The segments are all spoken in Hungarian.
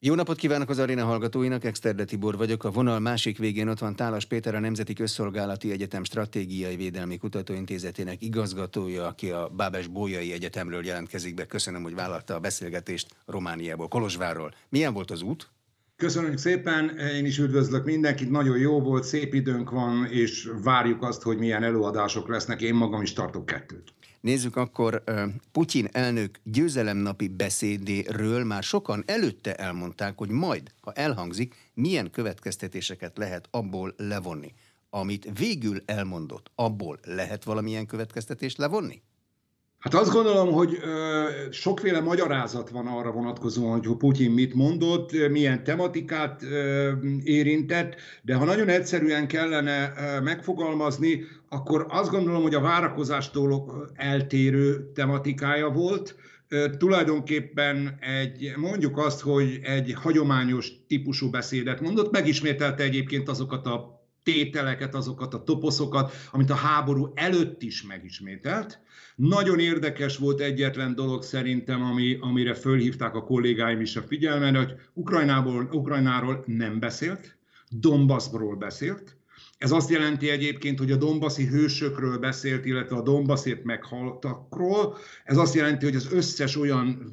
Jó napot kívánok az aréna hallgatóinak, Exterde Tibor vagyok. A vonal másik végén ott van Tálas Péter, a Nemzeti Közszolgálati Egyetem Stratégiai Védelmi Kutatóintézetének igazgatója, aki a Bábes-Bolyai Egyetemről jelentkezik be. Köszönöm, hogy vállalta a beszélgetést Romániából, Kolozsvárról. Milyen volt az út? Köszönjük szépen, én is üdvözlök mindenkit, nagyon jó volt, szép időnk van, és várjuk azt, hogy milyen előadások lesznek, én magam is tartok 2. Nézzük akkor Putyin elnök győzelemnapi beszédéről már sokan előtte elmondták, hogy majd, ha elhangzik, milyen következtetéseket lehet abból levonni. Amit végül elmondott, abból lehet valamilyen következtetést levonni? Hát azt gondolom, hogy sokféle magyarázat van arra vonatkozóan, hogy Putyin mit mondott, milyen tematikát érintett, de ha nagyon egyszerűen kellene megfogalmazni, akkor azt gondolom, hogy a várakozástól eltérő tematikája volt. Tulajdonképpen mondjuk azt, hogy egy hagyományos típusú beszédet mondott, megismételte egyébként azokat a tételeket, azokat a toposzokat, amit a háború előtt is megismételt. Nagyon érdekes volt egyetlen dolog szerintem, amire fölhívták a kollégáim is a figyelmet, hogy Ukrajnáról nem beszélt, Donbaszról beszélt. Ez azt jelenti egyébként, hogy a donbaszi hősökről beszélt, illetve a Donbaszért meghaltakról. Ez azt jelenti, hogy az összes olyan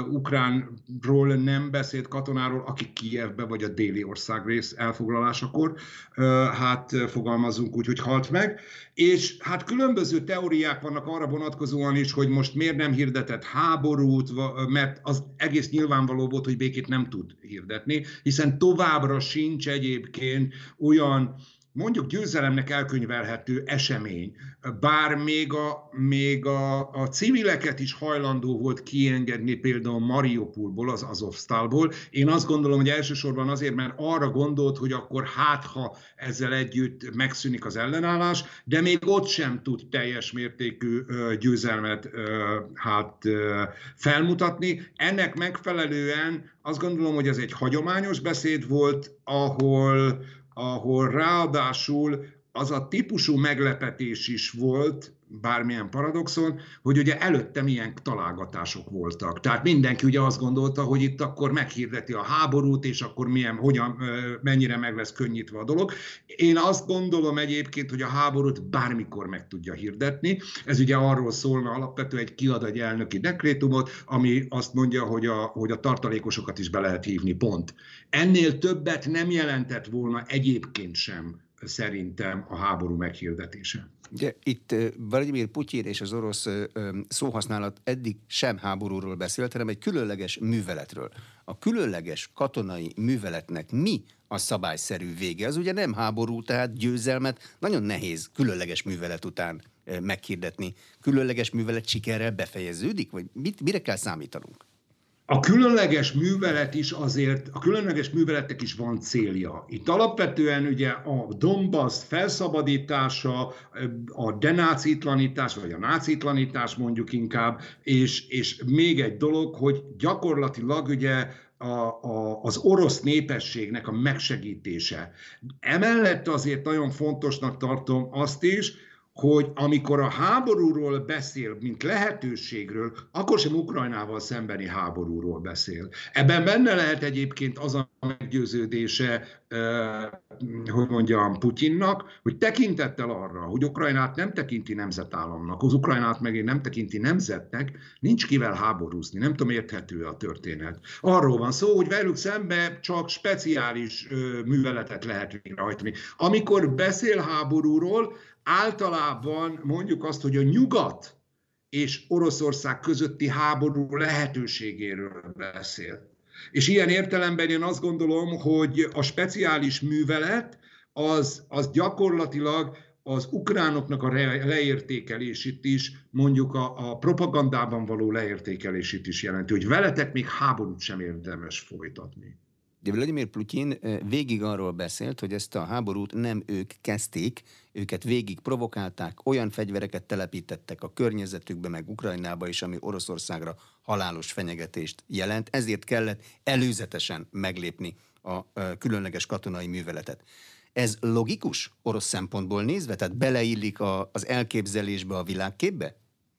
ukránról nem beszélt katonáról, aki Kijevbe vagy a déli országrész elfoglalásakor, fogalmazunk úgy, hogy halt meg. És hát különböző teóriák vannak arra vonatkozóan is, hogy most miért nem hirdetett háborút, mert az egész nyilvánvaló volt, hogy békét nem tud hirdetni, hiszen továbbra sincs egyébként olyan, mondjuk győzelemnek elkönyvelhető esemény, bár még a civileket is hajlandó volt kiengedni például Mariupolból, az Azovsztalból. Én azt gondolom, hogy elsősorban azért, mert arra gondolt, hogy akkor ha ezzel együtt megszűnik az ellenállás, de még ott sem tud teljes mértékű győzelmet felmutatni. Ennek megfelelően azt gondolom, hogy ez egy hagyományos beszéd volt, ahol ráadásul az a típusú meglepetés is volt, bármilyen paradoxon, hogy ugye előtte milyen találgatások voltak. Tehát mindenki ugye azt gondolta, hogy itt akkor meghirdeti a háborút, és akkor mennyire meg lesz könnyítve a dolog. Én azt gondolom egyébként, hogy a háborút bármikor meg tudja hirdetni. Ez ugye arról szólna alapvetően, hogy kiad egy elnöki dekrétumot, ami azt mondja, hogy a tartalékosokat is be lehet hívni, pont. Ennél többet nem jelentett volna egyébként sem szerintem a háború meghirdetése. Ugye, itt Vladimir Putyin és az orosz szóhasználat eddig sem háborúról beszélt, hanem egy különleges műveletről. A különleges katonai műveletnek mi a szabályszerű vége? Az ugye nem háború, tehát győzelmet nagyon nehéz különleges művelet után meghirdetni. Különleges művelet sikerrel befejeződik? Vagy mire kell számítanunk? A különleges művelet is azért, a különleges műveletnek is van célja. Itt alapvetően ugye a Donbasz felszabadítása, a denácitlanítás, vagy a nácitlanítás mondjuk inkább, és még egy dolog, hogy gyakorlatilag ugye az orosz népességnek a megsegítése. Emellett azért nagyon fontosnak tartom azt is, hogy amikor a háborúról beszél, mint lehetőségről, akkor sem Ukrajnával szembeni háborúról beszél. Ebben benne lehet egyébként az a meggyőződése, Putyinnak, hogy tekintettel arra, hogy Ukrajnát nem tekinti nemzetállamnak, az Ukrajnát meg nem tekinti nemzetnek, nincs kivel háborúzni, nem tudom, érthető a történet. Arról van szó, hogy velük szembe csak speciális műveletet lehet végrehajtani. Amikor beszél háborúról, általában mondjuk azt, hogy a nyugat és Oroszország közötti háború lehetőségéről beszél. És ilyen értelemben én azt gondolom, hogy a speciális művelet az gyakorlatilag az ukránoknak a leértékelését is, mondjuk a propagandában való leértékelését is jelenti, hogy veletek még háborút sem érdemes folytatni. De Vladimir Putyin végig arról beszélt, hogy ezt a háborút nem ők kezdték, őket végig provokálták, olyan fegyvereket telepítettek a környezetükbe, meg Ukrajnába is, ami Oroszországra halálos fenyegetést jelent, ezért kellett előzetesen meglépni a különleges katonai műveletet. Ez logikus orosz szempontból nézve? Tehát beleillik az elképzelésbe, a világképbe?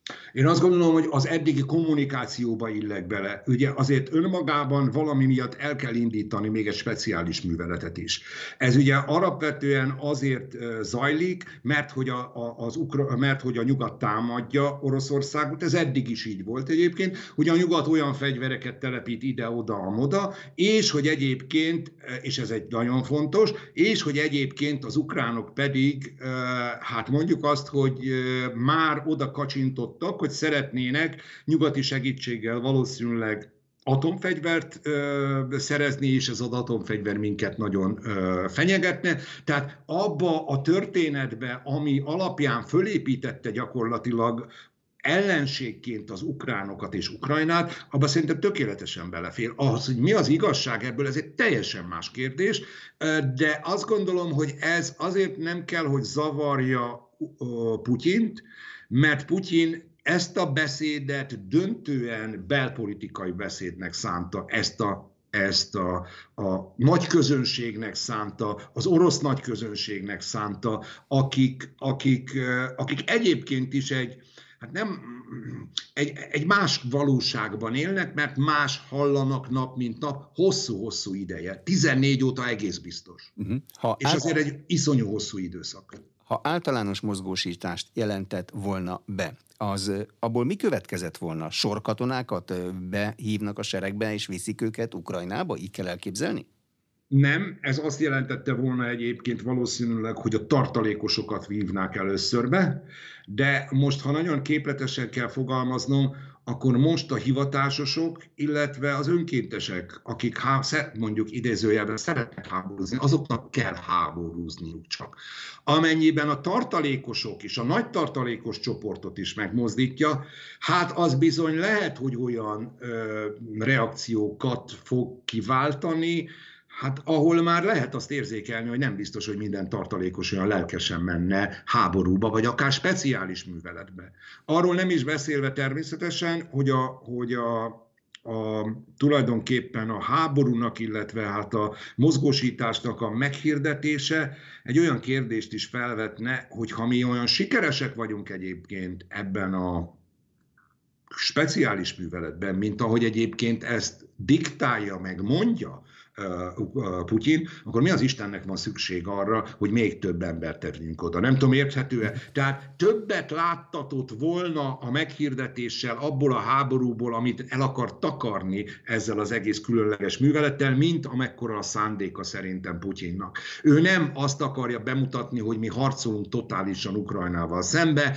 Én azt gondolom, hogy az eddigi kommunikációba illek bele. Ugye azért önmagában valami miatt el kell indítani még egy speciális műveletet is. Ez ugye alapvetően azért zajlik, mert hogy a nyugat támadja Oroszországot, ez eddig is így volt egyébként, hogy a nyugat olyan fegyvereket telepít ide-oda, amoda, és hogy egyébként, és ez egy nagyon fontos, és hogy egyébként az ukránok pedig, hát mondjuk azt, hogy már oda kacsintottak, hogy szeretnének nyugati segítséggel valószínűleg atomfegyvert szerezni, és ez az atomfegyver minket nagyon fenyegetne. Tehát abba a történetbe, ami alapján fölépítette gyakorlatilag ellenségként az ukránokat és Ukrajnát, abban szerintem tökéletesen belefér. Az, hogy mi az igazság ebből, ez egy teljesen más kérdés, de azt gondolom, hogy ez azért nem kell, hogy zavarja Putyint, mert Putyin ezt a beszédet döntően belpolitikai beszédnek szánta, ezt a nagy közönségnek szánta, az orosz nagy közönségnek szánta, akik egyébként is egy más valóságban élnek, mert más hallanak nap mint nap, hosszú-hosszú ideje. 14 óta egész biztos. És azért egy iszonyú hosszú időszak. Ha általános mozgósítást jelentett volna be, abból mi következett volna? Sorkatonákat behívnak a seregbe, és viszik őket Ukrajnába? Így kell elképzelni? Nem, ez azt jelentette volna egyébként valószínűleg, hogy a tartalékosokat vívnák először be, de most, ha nagyon képletesen kell fogalmaznom, akkor most a hivatásosok, illetve az önkéntesek, akik mondjuk idézőjelben szeretnek háborúzni, azoknak kell háborúzniuk csak. Amennyiben a tartalékosok és a nagy tartalékos csoportot is megmozdítja, hát az bizony lehet, hogy olyan reakciókat fog kiváltani, hát ahol már lehet azt érzékelni, hogy nem biztos, hogy minden tartalékos olyan lelkesen menne háborúba, vagy akár speciális műveletbe. Arról nem is beszélve természetesen, hogy tulajdonképpen a háborúnak, illetve hát a mozgósításnak a meghirdetése egy olyan kérdést is felvetne, hogy ha mi olyan sikeresek vagyunk egyébként ebben a speciális műveletben, mint ahogy egyébként ezt diktálja, meg mondja Putyin, akkor mi az Istennek van szükség arra, hogy még több embert tegyünk oda? Nem tudom, érthető-e? Tehát többet láttatott volna a meghirdetéssel abból a háborúból, amit el akar takarni ezzel az egész különleges művelettel, mint amekkora a szándéka szerintem Putyinnak. Ő nem azt akarja bemutatni, hogy mi harcolunk totálisan Ukrajnával szembe,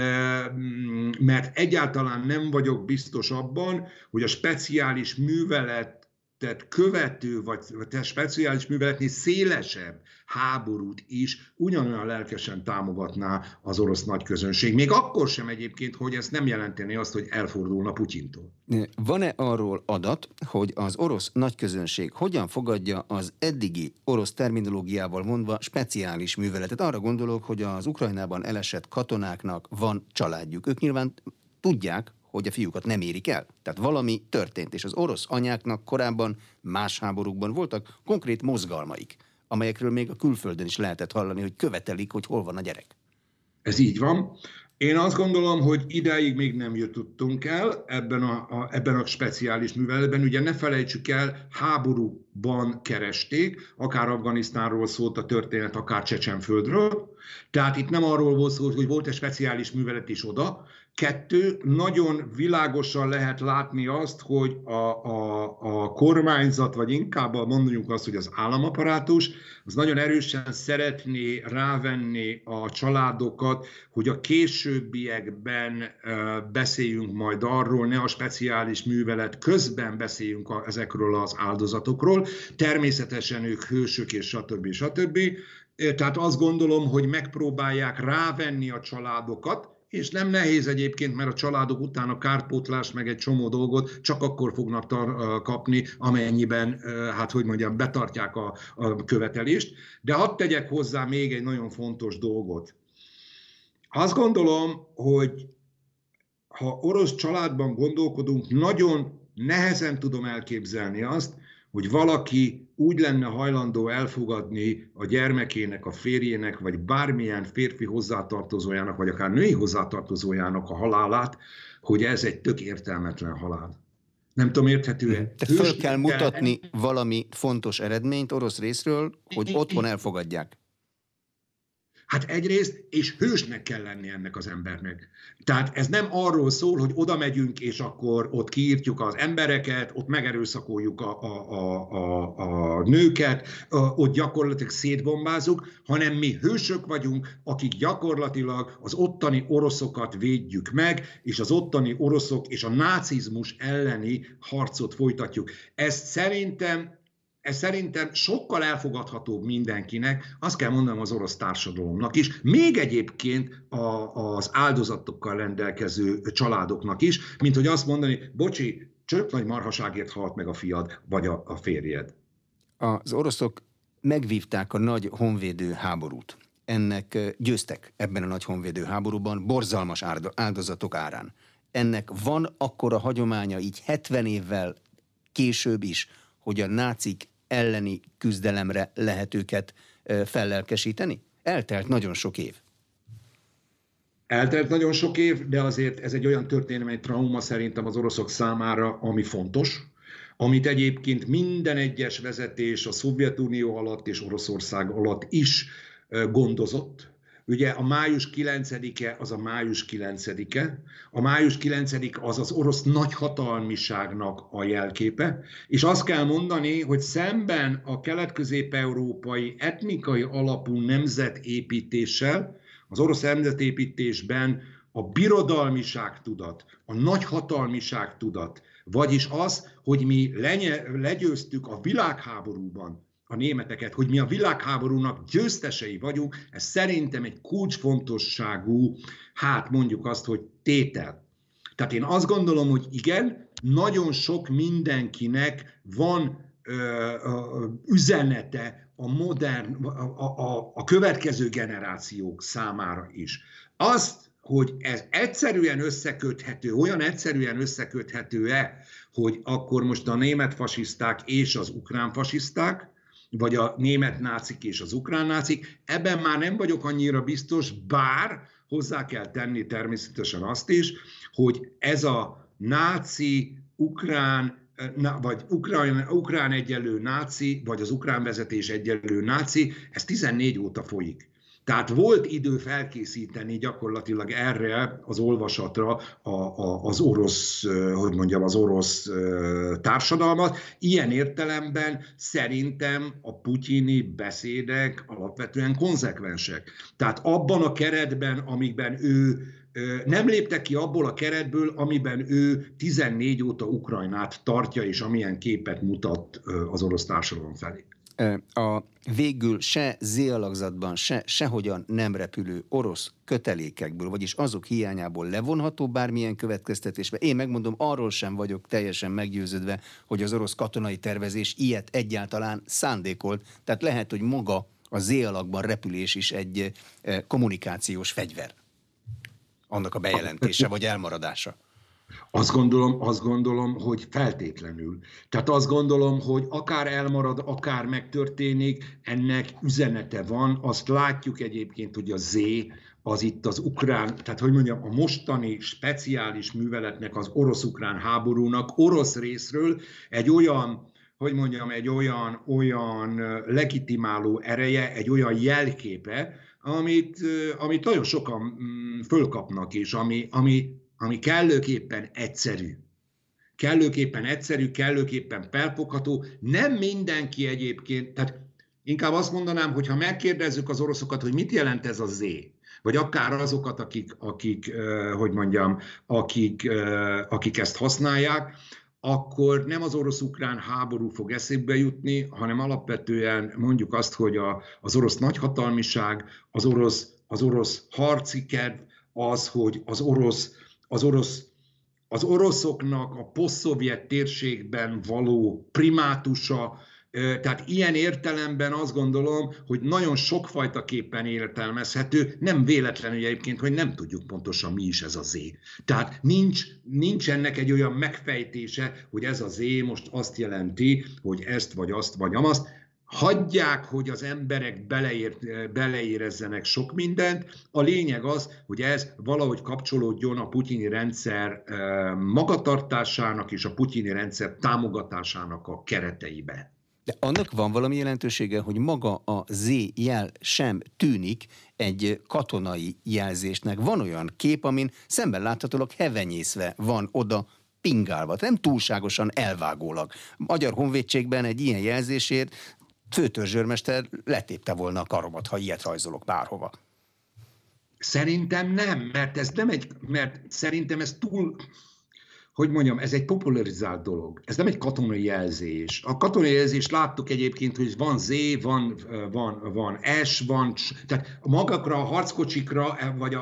mert egyáltalán nem vagyok biztos abban, hogy a speciális művelet követő, vagy speciális műveletnél szélesebb háborút is ugyanolyan lelkesen támogatná az orosz nagyközönség. Még akkor sem egyébként, hogy ezt nem jelenteni azt, hogy elfordulna Putyintól. Van-e arról adat, hogy az orosz nagyközönség hogyan fogadja az eddigi orosz terminológiával mondva speciális műveletet? Arra gondolok, hogy az Ukrajnában elesett katonáknak van családjuk. Ők nyilván tudják, hogy a fiúkat nem érik el. Tehát valami történt, és az orosz anyáknak korábban más háborúkban voltak konkrét mozgalmaik, amelyekről még a külföldön is lehetett hallani, hogy követelik, hogy hol van a gyerek. Ez így van. Én azt gondolom, hogy idáig még nem jutottunk el ebben a speciális műveletben. Ugye ne felejtsük el, háborúban keresték, akár Afganisztánról szólt a történet, akár Csecsenföldről. Tehát itt nem arról volt szó, hogy volt egy speciális művelet is oda. 2, nagyon világosan lehet látni azt, hogy a kormányzat, vagy inkább mondjuk azt, hogy az államaparátus, az nagyon erősen szeretné rávenni a családokat, hogy a későbbiekben beszéljünk majd arról, ne a speciális művelet közben beszéljünk ezekről az áldozatokról. Természetesen ők hősök, és stb. Tehát azt gondolom, hogy megpróbálják rávenni a családokat, és nem nehéz egyébként, mert a családok utána kárpótlás meg egy csomó dolgot csak akkor fognak kapni, amennyiben, betartják a követelést. De hadd tegyek hozzá még egy nagyon fontos dolgot. Azt gondolom, hogy ha orosz családban gondolkodunk, nagyon nehezen tudom elképzelni azt, hogy valaki úgy lenne hajlandó elfogadni a gyermekének, a férjének, vagy bármilyen férfi hozzátartozójának, vagy akár női hozzátartozójának a halálát, hogy ez egy tök értelmetlen halál. Nem tudom, érthető-e? Tehát föl kell mutatni valami fontos eredményt orosz részről, hogy otthon elfogadják. Hát egyrészt, és hősnek kell lenni ennek az embernek. Tehát ez nem arról szól, hogy oda megyünk, és akkor ott kiírtjuk az embereket, ott megerőszakoljuk a nőket, ott gyakorlatilag szétbombázunk, hanem mi hősök vagyunk, akik gyakorlatilag az ottani oroszokat védjük meg, és az ottani oroszok és a nácizmus elleni harcot folytatjuk. Ez szerintem sokkal elfogadhatóbb mindenkinek, azt kell mondanom az orosz társadalomnak is, még egyébként az áldozatokkal rendelkező családoknak is, mint hogy azt mondani, bocsi, csök nagy marhaságért halt meg a fiad, vagy a férjed. Az oroszok megvívták a nagy honvédő háborút. Ennek győztek ebben a nagy honvédő háborúban borzalmas áldozatok árán. Ennek van akkora hagyománya így 70 évvel később is, hogy a nácik elleni küzdelemre lehet őket fellelkesíteni? Eltelt nagyon sok év. Eltelt nagyon sok év, de azért ez egy olyan történelmi trauma szerintem az oroszok számára, ami fontos, amit egyébként minden egyes vezetés a Szovjetunió alatt és Oroszország alatt is gondozott. Ugye a május 9-e az a május 9-e, a május 9 az az orosz nagyhatalmiságnak a jelképe, és azt kell mondani, hogy szemben a kelet-közép-európai etnikai alapú nemzetépítéssel, az orosz nemzetépítésben a birodalmiság tudat, a nagyhatalmiság tudat, vagyis az, hogy mi legyőztük a világháborúban a németeket, hogy mi a világháborúnak győztesei vagyunk, ez szerintem egy kulcsfontosságú, hát mondjuk azt, hogy tétel. Tehát én azt gondolom, hogy igen, nagyon sok mindenkinek van üzenete a modern, a következő generációk számára is. Azt, hogy ez egyszerűen összeköthető, olyan egyszerűen összeköthető-e, hogy akkor most a német fasiszták és az ukrán fasiszták, vagy a német nácik és az ukrán nácik, ebben már nem vagyok annyira biztos, bár hozzá kell tenni természetesen azt is, hogy ez a náci, vagy ukrán egyenlő náci, vagy az ukrán vezetés egyenlő náci, ez 14 óta folyik. Tehát volt idő felkészíteni gyakorlatilag erre az olvasatra az orosz, az orosz társadalmat. Ilyen értelemben szerintem a putyini beszédek alapvetően konzekvensek. Tehát abban a keretben, amiben ő nem léptek ki abból a keretből, amiben ő 14 óta Ukrajnát tartja, és amilyen képet mutat az orosz társadalom felé. A végül se Z-alakzatban, sehogyan nem repülő orosz kötelékekből, vagyis azok hiányából levonható bármilyen következtetésbe. Én megmondom, arról sem vagyok teljesen meggyőződve, hogy az orosz katonai tervezés ilyet egyáltalán szándékolt. Tehát lehet, hogy maga a Z-alakban repülés is egy kommunikációs fegyver. Annak a bejelentése vagy elmaradása. Azt gondolom, hogy feltétlenül. Tehát azt gondolom, hogy akár elmarad, akár megtörténik, ennek üzenete van. Azt látjuk egyébként, hogy a Z az itt az ukrán, tehát a mostani speciális műveletnek, az orosz-ukrán háborúnak orosz részről egy olyan, olyan legitimáló ereje, egy olyan jelképe, amit nagyon sokan fölkapnak, és ami kellőképpen egyszerű. Kellőképpen felfogható. Nem mindenki egyébként, tehát inkább azt mondanám, hogy ha megkérdezzük az oroszokat, hogy mit jelent ez a Z, vagy akár azokat, akik ezt használják, akkor nem az orosz-ukrán háború fog eszébe jutni, hanem alapvetően mondjuk azt, hogy az orosz nagyhatalmiság, az orosz harci kedv, az, hogy az oroszoknak a posztszovjet térségben való primátusa, Tehát ilyen értelemben azt gondolom, hogy nagyon sokfajtaképpen értelmezhető, nem véletlenül egyébként, hogy nem tudjuk pontosan, mi is ez a Z. Tehát nincs ennek egy olyan megfejtése, hogy ez a Z most azt jelenti, hogy ezt vagy azt vagy amazt. Hagyják, hogy az emberek beleérezzenek sok mindent. A lényeg az, hogy ez valahogy kapcsolódjon a putyini rendszer magatartásának és a putyini rendszer támogatásának a kereteibe. De annak van valami jelentősége, hogy maga a Z jel sem tűnik egy katonai jelzésnek. Van olyan kép, amin szemben láthatólag hevenyészve van oda pingálva, nem túlságosan elvágólag. Magyar honvédségben egy ilyen jelzésért főtörzsőrmester letépte volna a karomat, ha ilyet rajzolok bárhova. Szerintem nem, mert szerintem ez túl, hogy mondjam, ez egy popularizált dolog. Ez nem egy katonai jelzés. A katonai jelzést láttuk egyébként, hogy van Z, van S, tehát magakra, a harckocsikra, vagy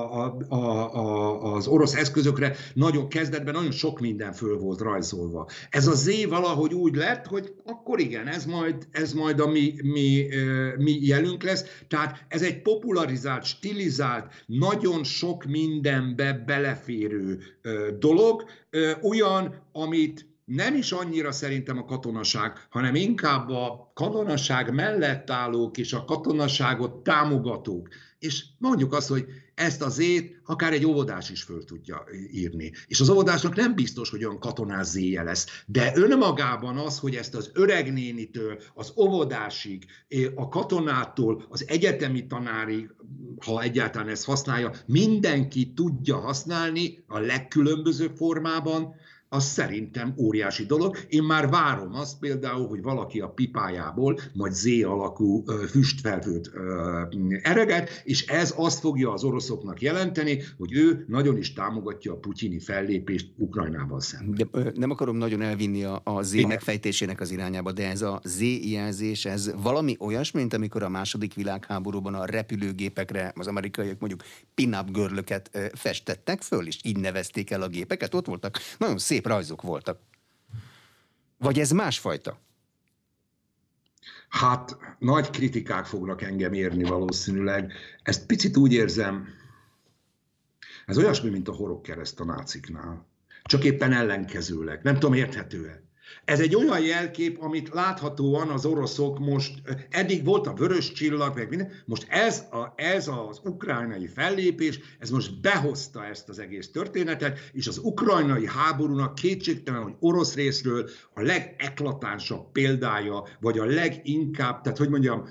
az orosz eszközökre nagyon kezdetben nagyon sok minden föl volt rajzolva. Ez a Z valahogy úgy lett, hogy akkor igen, ez majd a mi jelünk lesz. Tehát ez egy popularizált, stilizált, nagyon sok mindenbe beleférő dolog, olyan, amit nem is annyira szerintem a katonaság, hanem inkább a katonaság mellett állók és a katonaságot támogatók. És mondjuk azt, hogy ezt az Z-t akár egy óvodás is föl tudja írni. És az óvodásnak nem biztos, hogy olyan katonás Z-je lesz. De önmagában az, hogy ezt az öregnénitől, az óvodásig, a katonától, az egyetemi tanárig, ha egyáltalán ezt használja, mindenki tudja használni a legkülönbözőbb formában, az szerintem óriási dolog. Én már várom azt például, hogy valaki a pipájából majd Z alakú füstfelhőt ereget, és ez azt fogja az oroszoknak jelenteni, hogy ő nagyon is támogatja a putyini fellépést Ukrajnával szemben. De nem akarom nagyon elvinni a Z megfejtésének az irányába, de ez a Z jelzés, ez valami olyasmi, mint amikor a második világháborúban a repülőgépekre az amerikaiak mondjuk pin-up girlöket festettek föl, és így nevezték el a gépeket. Ott voltak nagyon szép rajzok voltak. Vagy ez másfajta? Hát nagy kritikák fognak engem érni valószínűleg. Ezt picit úgy érzem, ez olyasmi, mint a horogkereszt a náciknál. Csak éppen ellenkezőleg. Nem tudom, érthető-e? Ez egy olyan jelkép, amit láthatóan az oroszok most, eddig volt a vörös csillag, meg minden, most ez az ukrajnai fellépés, ez most behozta ezt az egész történetet, és az ukrajnai háborúnak kétségtelen, hogy orosz részről a legeklatánsabb példája, vagy a leginkább, tehát hogy mondjam,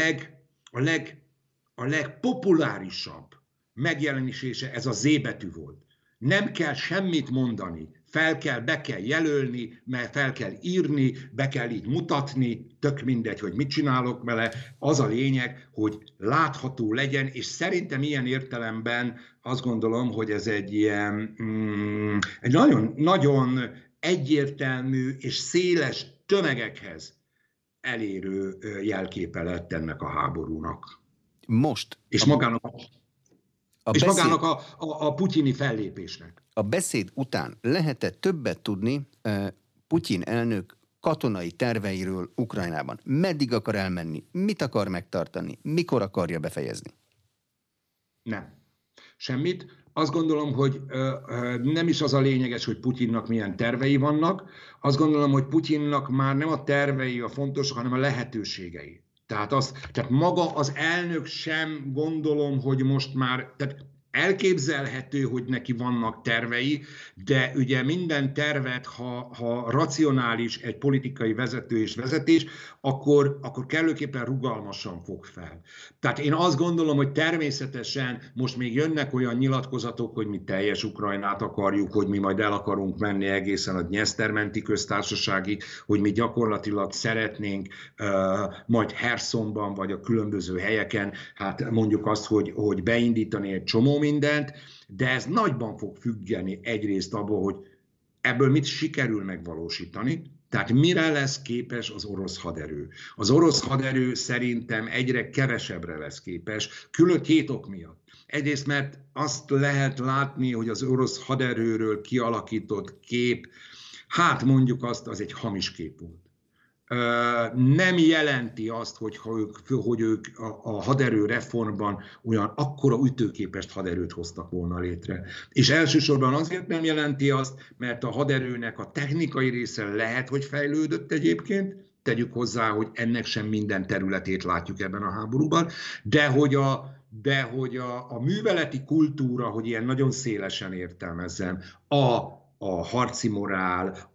a legpopulárisabb megjelenése ez a Z betű volt. Nem kell semmit mondani, be kell jelölni, mert fel kell írni, be kell így mutatni, tök mindegy, hogy mit csinálok vele. Az a lényeg, hogy látható legyen, és szerintem ilyen értelemben azt gondolom, hogy ez egy ilyen egy nagyon, nagyon egyértelmű és széles tömegekhez elérő jelképe lett ennek a háborúnak. Most. És magának a putyini fellépésnek. A beszéd után lehetett többet tudni Putyin elnök katonai terveiről Ukrajnában? Meddig akar elmenni? Mit akar megtartani? Mikor akarja befejezni? Nem. Semmit. Azt gondolom, hogy nem is az a lényeges, hogy Putyinnak milyen tervei vannak. Azt gondolom, hogy Putyinnak már nem a tervei a fontosak, hanem a lehetőségei. Tehát maga az elnök sem gondolom, hogy most már... Tehát elképzelhető, hogy neki vannak tervei, de ugye minden tervet, ha racionális egy politikai vezető és vezetés, akkor kellőképpen rugalmasan fog fel. Tehát én azt gondolom, hogy természetesen most még jönnek olyan nyilatkozatok, hogy mi teljes Ukrajnát akarjuk, hogy mi majd el akarunk menni egészen a Dnyesztermenti köztársaságig, hogy mi gyakorlatilag szeretnénk majd Hersonban vagy a különböző helyeken, hát mondjuk azt, hogy beindítani egy csomó mindent, de ez nagyban fog függeni egyrészt abból, hogy ebből mit sikerül megvalósítani, tehát mire lesz képes az orosz haderő. Az orosz haderő szerintem egyre kevesebbre lesz képes, külön két ok miatt. Egyrészt, mert azt lehet látni, hogy az orosz haderőről kialakított kép, hát mondjuk azt, az egy hamis kép volt. nem jelenti azt, hogy ők a haderő reformban olyan akkora ütőképes haderőt hoztak volna létre. És elsősorban azért nem jelenti azt, mert a haderőnek a technikai része lehet, hogy fejlődött egyébként, tegyük hozzá, hogy ennek sem minden területét látjuk ebben a háborúban, de hogy a műveleti kultúra, hogy ilyen nagyon szélesen értelmezzem, a harci morál,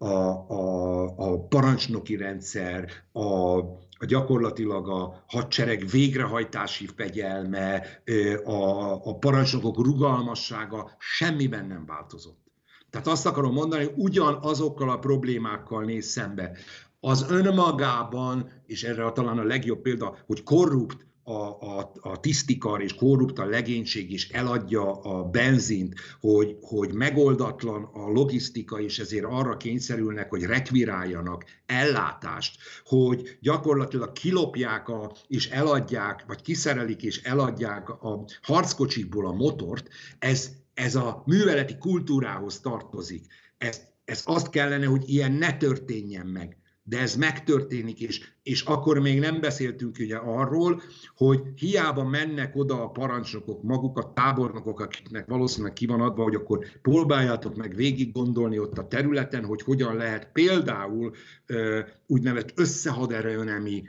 a parancsnoki rendszer, gyakorlatilag a hadsereg végrehajtási fegyelme, a parancsnokok rugalmassága semmiben nem változott. Tehát azt akarom mondani, hogy ugyanazokkal a problémákkal néz szembe. Az önmagában, és erre talán a legjobb példa, hogy korrupt a tisztikar és korrupt a legénység is eladja a benzint, hogy megoldatlan a logisztika, és ezért arra kényszerülnek, hogy rekviráljanak ellátást, hogy gyakorlatilag kilopják és eladják, vagy kiszerelik és eladják a harckocsikból a motort, ez a műveleti kultúrához tartozik. Ez azt kellene, hogy ilyen ne történjen meg. De ez megtörténik, és akkor még nem beszéltünk ugye arról, hogy hiába mennek oda a parancsnokok, maguk a tábornokok, akiknek valószínűleg ki van adva, hogy akkor próbáljátok meg végig gondolni ott a területen, hogy hogyan lehet például úgynevezett összehaderőnemi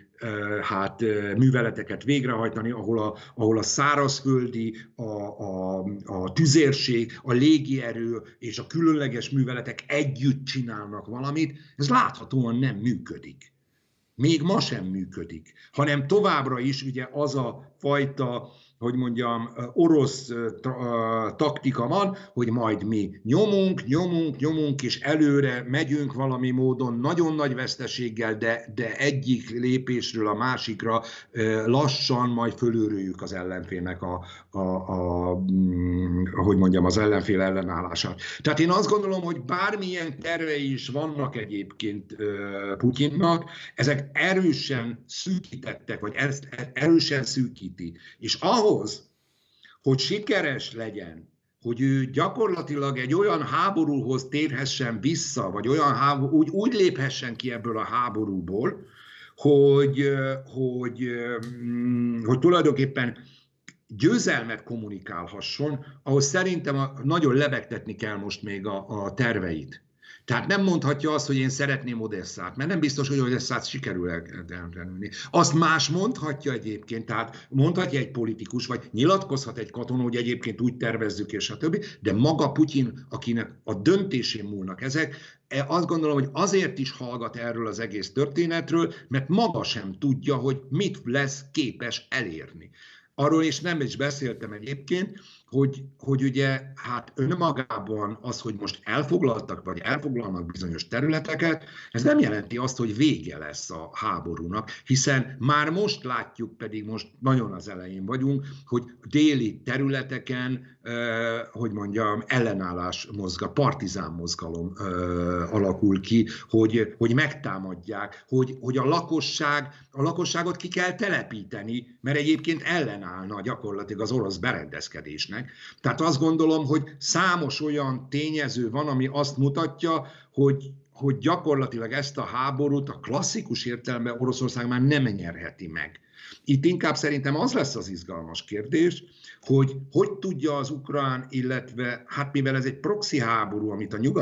műveleteket végrehajtani, ahol a szárazföldi, a tüzérség, a légierő és a különleges műveletek együtt csinálnak valamit, ez láthatóan nem működik. Még ma sem működik, hanem továbbra is ugye az a fajta, hogy mondjam, orosz taktika van, hogy majd mi nyomunk, és előre megyünk valami módon, nagyon nagy veszteséggel, de egyik lépésről a másikra lassan majd fölőrüljük az ellenfélnek hogy mondjam, az ellenfél ellenállását. Tehát én azt gondolom, hogy bármilyen tervei is vannak egyébként Putyinnak, ezek erősen szűkítettek, vagy erősen szűkíti. És ahhoz, hogy sikeres legyen, hogy ő gyakorlatilag egy olyan háborúhoz térhessen vissza, vagy olyan úgy léphessen ki ebből a háborúból, hogy tulajdonképpen győzelmet kommunikálhasson, ahhoz szerintem nagyon lebegtetni kell most még a terveit. Tehát nem mondhatja azt, hogy én szeretném Odesszát, mert nem biztos, hogy Odesszát sikerül elrendelni. Azt más mondhatja egyébként, tehát mondhatja egy politikus, vagy nyilatkozhat egy katona, hogy egyébként úgy tervezzük, és a többi, de maga Putyin, akinek a döntésén múlnak ezek, azt gondolom, hogy azért is hallgat erről az egész történetről, mert maga sem tudja, hogy mit lesz képes elérni. Arról is nem is beszéltem egyébként, hogy ugye hát önmagában az, hogy most elfoglaltak, vagy elfoglalnak bizonyos területeket, ez nem jelenti azt, hogy vége lesz a háborúnak, hiszen már most látjuk, pedig most nagyon az elején vagyunk, hogy déli területeken, hogy mondjam, ellenállás partizán mozgalom alakul ki, hogy megtámadják, hogy a lakosságot ki kell telepíteni, mert egyébként ellenállna gyakorlatilag az orosz berendezkedésnek. Tehát azt gondolom, hogy számos olyan tényező van, ami azt mutatja, hogy gyakorlatilag ezt a háborút a klasszikus értelemben Oroszország már nem nyerheti meg. Itt inkább szerintem az lesz az izgalmas kérdés, hogy tudja az ukrán, illetve hát mivel ez egy proxy háború,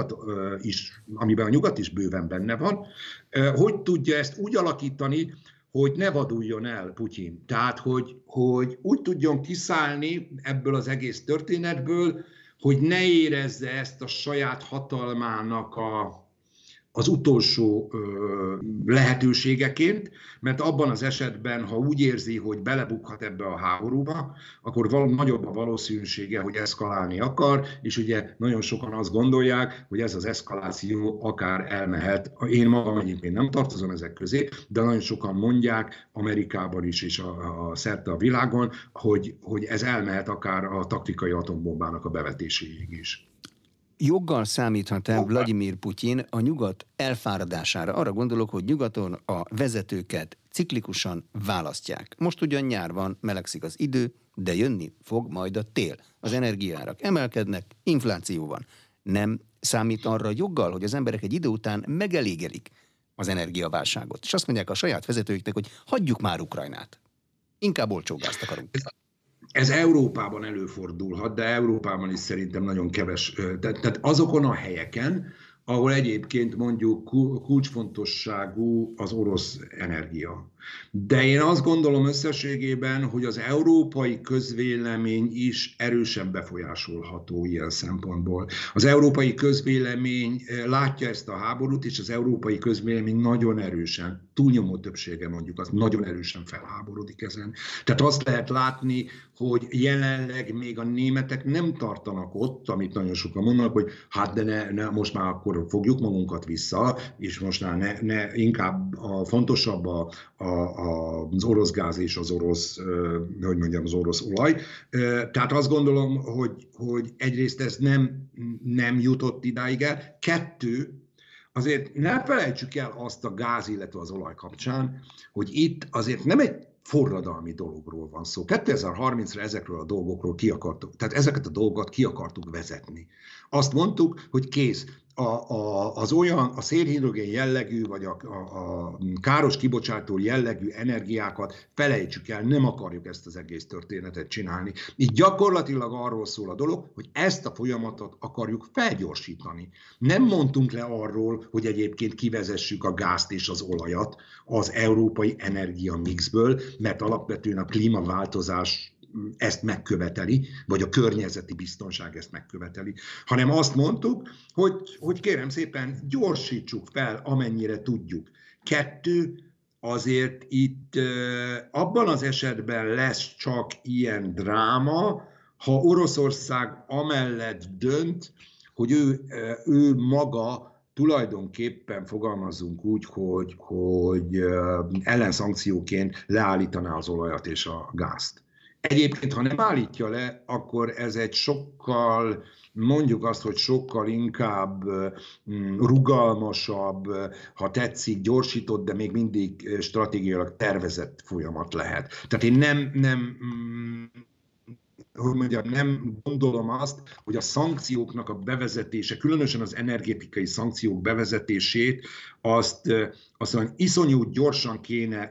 amiben a nyugat is bőven benne van, hogy tudja ezt úgy alakítani, hogy ne vaduljon el Putyin. Tehát, hogy úgy tudjon kiszállni ebből az egész történetből, hogy ne érezze ezt a saját hatalmának az utolsó lehetőségeként, mert abban az esetben, ha úgy érzi, hogy belebukhat ebbe a háborúba, akkor nagyobb a valószínűsége, hogy eszkalálni akar, és ugye nagyon sokan azt gondolják, hogy ez az eszkaláció akár elmehet. Én magam egyébként nem tartozom ezek közé, de nagyon sokan mondják Amerikában is, és szerte a világon, hogy ez elmehet akár a taktikai atombombának a bevetéséig is. Joggal számíthat-e Vladimir Putyin a nyugat elfáradására? Arra gondolok, hogy nyugaton a vezetőket ciklikusan választják. Most ugyan nyár van, melegszik az idő, de jönni fog majd a tél. Az energiaárak emelkednek, infláció van. Nem számít arra joggal, hogy az emberek egy idő után megelégelik az energiaválságot. És azt mondják a saját vezetőiknek, hogy hagyjuk már Ukrajnát. Inkább olcsó gázt akarunk. Ez Európában előfordulhat, de Európában is szerintem nagyon keves. Tehát azokon a helyeken, ahol egyébként mondjuk kulcsfontosságú az orosz energia. De én azt gondolom összességében, hogy az európai közvélemény is erősen befolyásolható ilyen szempontból. Az európai közvélemény látja ezt a háborút, és az európai közvélemény nagyon erősen, túlnyomó többsége mondjuk, az nagyon erősen felháborodik ezen. Tehát azt lehet látni, hogy jelenleg még a németek nem tartanak ott, amit nagyon sokan mondanak, hogy hát de ne most már akkor fogjuk magunkat vissza, és most már inkább fontosabb az orosz gáz és az orosz, az orosz olaj. Tehát azt gondolom, hogy egyrészt ez nem jutott idáig el. Kettő, azért ne felejtsük el azt a gáz, illetve az olaj kapcsán, hogy itt azért nem egy forradalmi dologról van szó. 2030-ra ezekről a dolgokról tehát ezeket a dolgokat ki akartuk vezetni. Azt mondtuk, hogy kész, a szénhidrogén jellegű, vagy a káros kibocsátó jellegű energiákat felejtsük el, nem akarjuk ezt az egész történetet csinálni. Így gyakorlatilag arról szól a dolog, hogy ezt a folyamatot akarjuk felgyorsítani. Nem mondtunk le arról, hogy egyébként kivezessük a gázt és az olajat az európai energiamixből, mert alapvetően a klímaváltozás ezt megköveteli, vagy a környezeti biztonság ezt megköveteli, hanem azt mondtuk, hogy kérem szépen gyorsítsuk fel, amennyire tudjuk. Kettő, azért itt abban az esetben lesz csak ilyen dráma, ha Oroszország amellett dönt, hogy ő maga tulajdonképpen fogalmazzunk úgy, hogy ellenszankcióként leállítaná az olajat és a gázt. Egyébként, ha nem állítja le, akkor ez egy sokkal, mondjuk azt, hogy sokkal inkább rugalmasabb, ha tetszik, gyorsított, de még mindig stratégiailag tervezett folyamat lehet. Tehát én nem gondolom azt, hogy a szankcióknak a bevezetése, különösen az energetikai szankciók bevezetését, azt iszonyú gyorsan kéne,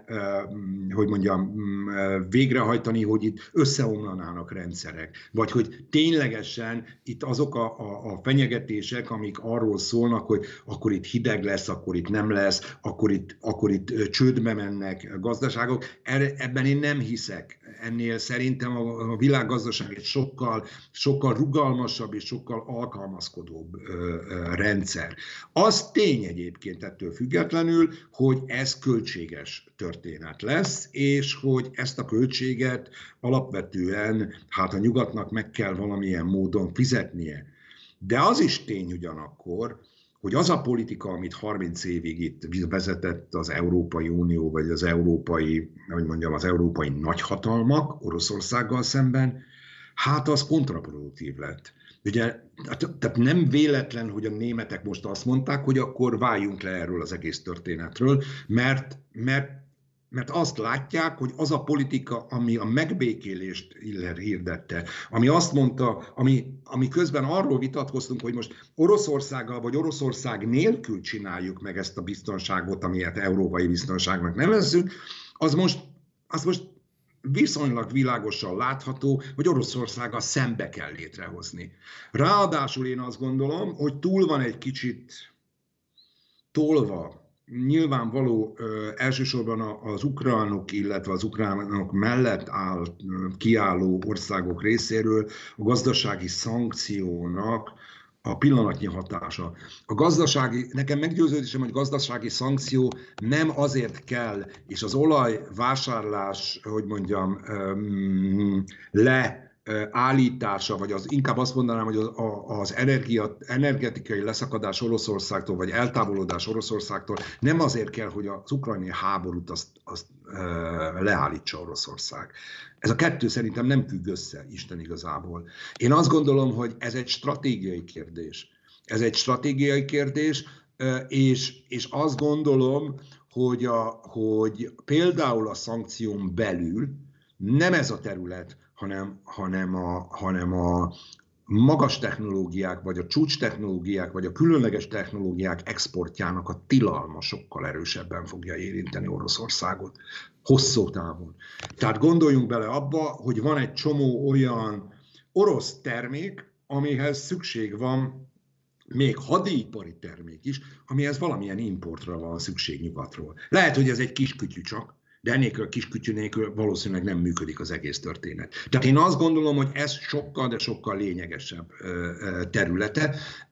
végrehajtani, hogy itt összeomlanának rendszerek. Vagy hogy ténylegesen itt azok a fenyegetések, amik arról szólnak, hogy akkor itt hideg lesz, akkor itt nem lesz, akkor itt csődbe mennek gazdaságok. Ebben én nem hiszek. Ennél szerintem a világgazdaság egy sokkal rugalmasabb és sokkal alkalmazkodóbb rendszer. Az tény egyébként ettől függetlenül, hogy ez költséges történet lesz, és hogy ezt a költséget alapvetően a nyugatnak meg kell valamilyen módon fizetnie. De az is tény ugyanakkor, hogy az a politika, amit 30 évig itt vezetett az Európai Unió, vagy az európai nagyhatalmak Oroszországgal szemben, az kontraproduktív lett. Ugye, tehát nem véletlen, hogy a németek most azt mondták, hogy akkor váljunk le erről az egész történetről, mert azt látják, hogy az a politika, ami a megbékélést hirdette, ami azt mondta, ami közben arról vitatkoztunk, hogy most Oroszországgal vagy Oroszország nélkül csináljuk meg ezt a biztonságot, amilyet európai biztonságnak nevezzük, az most viszonylag világosan látható, hogy Oroszországgal szembe kell létrehozni. Ráadásul én azt gondolom, hogy túl van egy kicsit tolva, nyilvánvaló elsősorban az ukránok, illetve az ukránok mellett kiálló országok részéről a gazdasági szankciónak a pillanatnyi hatása. Nekem meggyőződésem, hogy gazdasági szankció nem azért kell, és az olajvásárlás, leállítása, vagy inkább azt mondanám, hogy az energetikai leszakadás Oroszországtól, vagy eltávolodás Oroszországtól nem azért kell, hogy az ukrajnai háborút azt leállítsa Oroszország. Ez a kettő szerintem nem függ össze, Isten igazából. Én azt gondolom, hogy ez egy stratégiai kérdés. És azt gondolom, hogy például a szankción belül nem ez a terület, hanem magas technológiák, vagy a csúcs technológiák, vagy a különleges technológiák exportjának a tilalma sokkal erősebben fogja érinteni Oroszországot hosszú távon. Tehát gondoljunk bele abba, hogy van egy csomó olyan orosz termék, amihez szükség van, még hadipari termék is, amihez valamilyen importra van szükség nyugatról. Lehet, hogy ez egy kiskütyű csak, de ennélkül a kiskütyű nélkül valószínűleg nem működik az egész történet. Tehát én azt gondolom, hogy ez sokkal, de sokkal lényegesebb területe,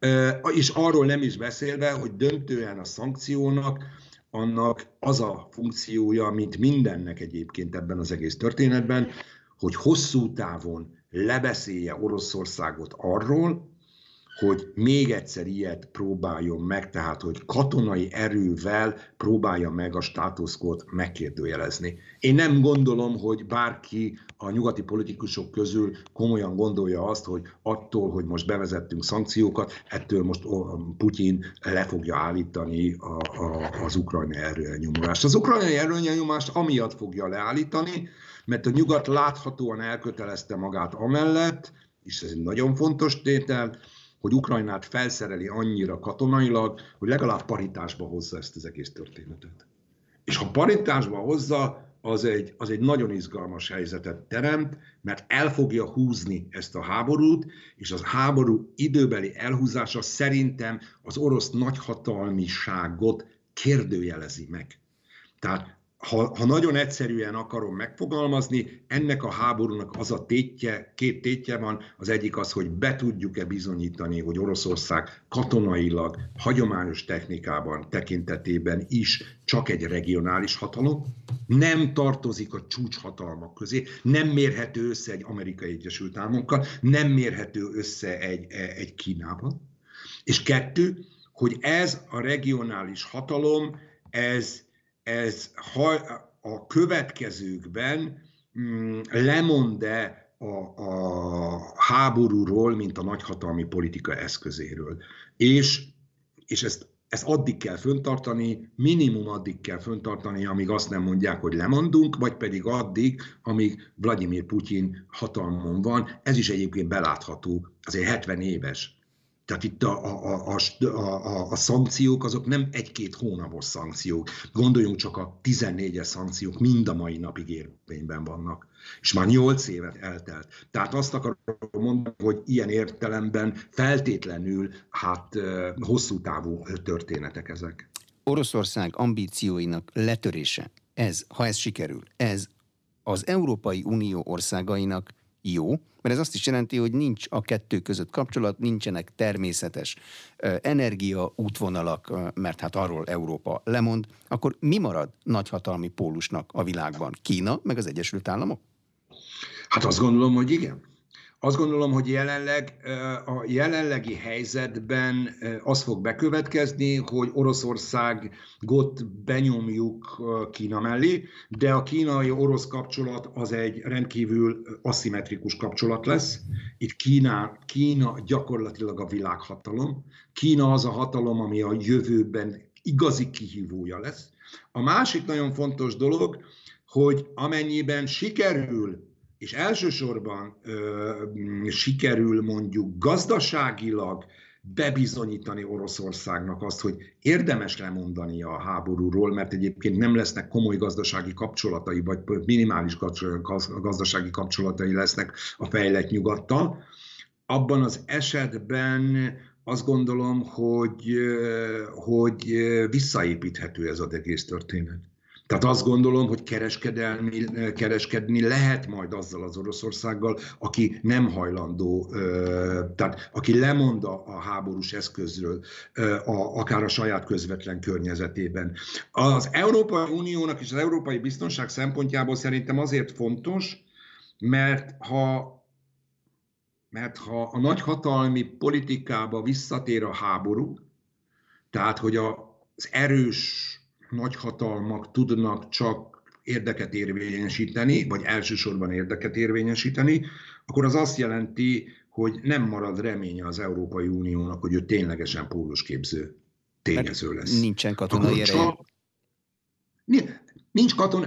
és arról nem is beszélve, hogy döntően a szankciónak annak az a funkciója, mint mindennek egyébként ebben az egész történetben, hogy hosszú távon lebeszélje Oroszországot arról, hogy még egyszer ilyet próbáljon meg, tehát hogy katonai erővel próbálja meg a státuszkót megkérdőjelezni. Én nem gondolom, hogy bárki a nyugati politikusok közül komolyan gondolja azt, hogy attól, hogy most bevezettünk szankciókat, ettől most Putyin le fogja állítani az ukrajnai erőnyomást. Az ukrajnai erőnyomást amiatt fogja leállítani, mert a nyugat láthatóan elkötelezte magát amellett, és ez egy nagyon fontos tétel, hogy Ukrajnát felszereli annyira katonailag, hogy legalább paritásba hozza ezt az egész történetet. És ha paritásba hozza, az egy nagyon izgalmas helyzetet teremt, mert el fogja húzni ezt a háborút, és az háború időbeli elhúzása szerintem az orosz nagyhatalmiságot kérdőjelezi meg. Tehát ha nagyon egyszerűen akarom megfogalmazni, ennek a háborúnak az a tétje, két tétje van, az egyik az, hogy be tudjuk-e bizonyítani, hogy Oroszország katonailag, hagyományos technikában, tekintetében is csak egy regionális hatalom, nem tartozik a csúcshatalmak közé, nem mérhető össze egy Amerikai Egyesült Államokkal, nem mérhető össze egy Kínával. És kettő, hogy ez a regionális hatalom, ez a következőkben lemond-e a háborúról, mint a nagyhatalmi politika eszközéről. És ezt addig kell fenntartani, minimum addig kell fenntartani, amíg azt nem mondják, hogy lemondunk, vagy pedig addig, amíg Vladimir Putyin hatalmon van. Ez is egyébként belátható, azért 70 éves. Tehát itt a szankciók azok nem egy-két hónapos szankciók. Gondoljunk csak a 14-es szankciók mind a mai napig érvényben vannak. És már 8 évet eltelt. Tehát azt akarom mondani, hogy ilyen értelemben feltétlenül hosszú távú történetek ezek. Oroszország ambícióinak letörése, ha ez sikerül, ez az Európai Unió országainak jó, mert ez azt is jelenti, hogy nincs a kettő között kapcsolat, nincsenek természetes energiaútvonalak, mert hát arról Európa lemond, akkor mi marad nagyhatalmi pólusnak a világban? Kína, meg az Egyesült Államok? Hát azt gondolom, hogy igen. Azt gondolom, hogy jelenleg a jelenlegi helyzetben az fog bekövetkezni, hogy Oroszországot benyomjuk Kína mellé, de a kínai-orosz kapcsolat az egy rendkívül aszimmetrikus kapcsolat lesz. Itt Kína gyakorlatilag a világhatalom. Kína az a hatalom, ami a jövőben igazi kihívója lesz. A másik nagyon fontos dolog, hogy amennyiben sikerül, és elsősorban sikerül mondjuk gazdaságilag bebizonyítani Oroszországnak azt, hogy érdemes lemondani a háborúról, mert egyébként nem lesznek komoly gazdasági kapcsolatai, vagy minimális gazdasági kapcsolatai lesznek a fejlett nyugattal. Abban az esetben azt gondolom, hogy visszaépíthető ez az egész történet. Tehát azt gondolom, hogy kereskedni lehet majd azzal az Oroszországgal, aki nem hajlandó, tehát aki lemond a háborús eszközről, akár a saját közvetlen környezetében. Az Európai Uniónak és az európai biztonság szempontjából szerintem azért fontos, mert ha a nagyhatalmi politikába visszatér a háború, tehát hogy az erős nagyhatalmak tudnak csak érdeket érvényesíteni, vagy elsősorban érdeket érvényesíteni, akkor az azt jelenti, hogy nem marad reménye az Európai Uniónak, hogy ő ténylegesen pólusképző tényező lesz. Nincsen katonai ereje. Nincs katona.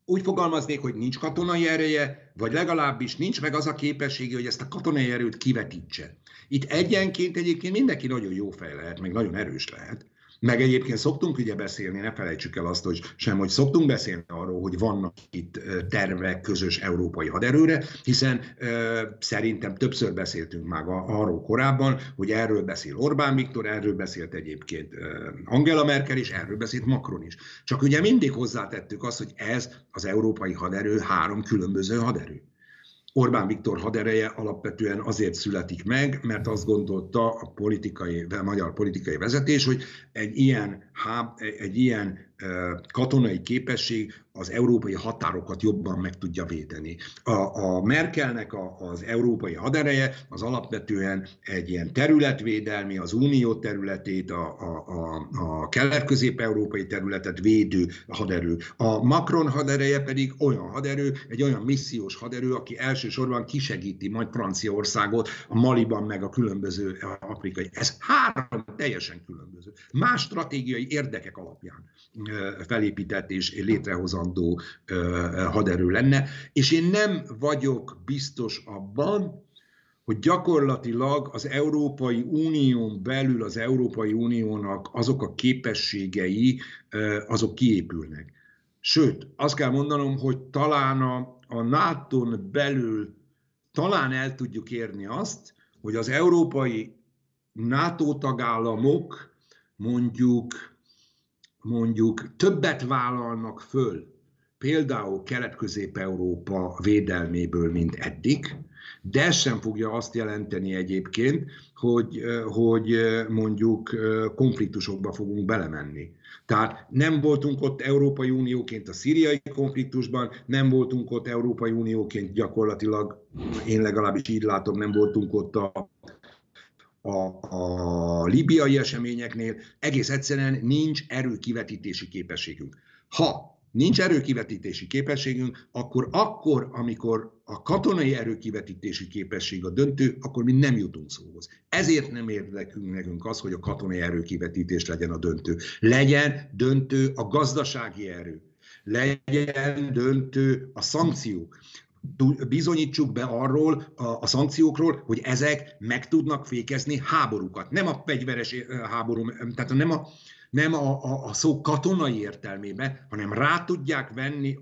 úgy fogalmaznék, hogy nincs katonai ereje, vagy legalábbis nincs meg az a képessége, hogy ezt a katonai erőt kivetítse. Itt egyenként egyébként mindenki nagyon jó fej lehet, meg nagyon erős lehet. Meg egyébként szoktunk ugye beszélni, ne felejtsük el azt, hogy szoktunk beszélni arról, hogy vannak itt tervek közös európai haderőre, hiszen szerintem többször beszéltünk már arról korábban, hogy erről beszél Orbán Viktor, erről beszélt egyébként Angela Merkel, és erről beszélt Macron is. Csak ugye mindig hozzátettük azt, hogy ez az európai haderő 3 különböző haderő. Orbán Viktor hadereje alapvetően azért születik meg, mert azt gondolta a magyar politikai vezetés, hogy egy ilyen katonai képesség az európai határokat jobban meg tudja védeni. A Merkelnek az európai hadereje az alapvetően egy ilyen területvédelmi, az unió területét, a kelet-közép-európai területet védő haderő. A Macron hadereje pedig olyan haderő, egy olyan missziós haderő, aki elsősorban kisegíti majd Franciaországot a Maliban, meg a különböző afrikai. Ez 3 teljesen különböző. Más stratégiai érdekek alapján felépített és létrehozandó haderő lenne, és én nem vagyok biztos abban, hogy gyakorlatilag az Európai Unión belül az Európai Uniónak azok a képességei, azok kiépülnek. Sőt, azt kell mondanom, hogy talán a NATO-n belül talán el tudjuk érni azt, hogy az európai NATO tagállamok mondjuk többet vállalnak föl, például Kelet-Közép-Európa védelméből, mint eddig, de ez sem fogja azt jelenteni egyébként, hogy mondjuk konfliktusokba fogunk belemenni. Tehát nem voltunk ott Európai Unióként a szíriai konfliktusban, nem voltunk ott Európai Unióként gyakorlatilag, én legalábbis így látom, nem voltunk ott a líbiai eseményeknél, egész egyszerűen nincs erőkivetítési képességünk. Ha nincs erőkivetítési képességünk, akkor, amikor a katonai erőkivetítési képesség a döntő, akkor mi nem jutunk szóhoz. Ezért nem érdekünk nekünk az, hogy a katonai erőkivetítés legyen a döntő. Legyen döntő a gazdasági erő. Legyen döntő a szankciók. Bizonyítsuk be arról, a szankciókról, hogy ezek meg tudnak fékezni háborúkat. Nem a fegyveres háború, tehát nem a szó katonai értelmében, hanem rá tudják venni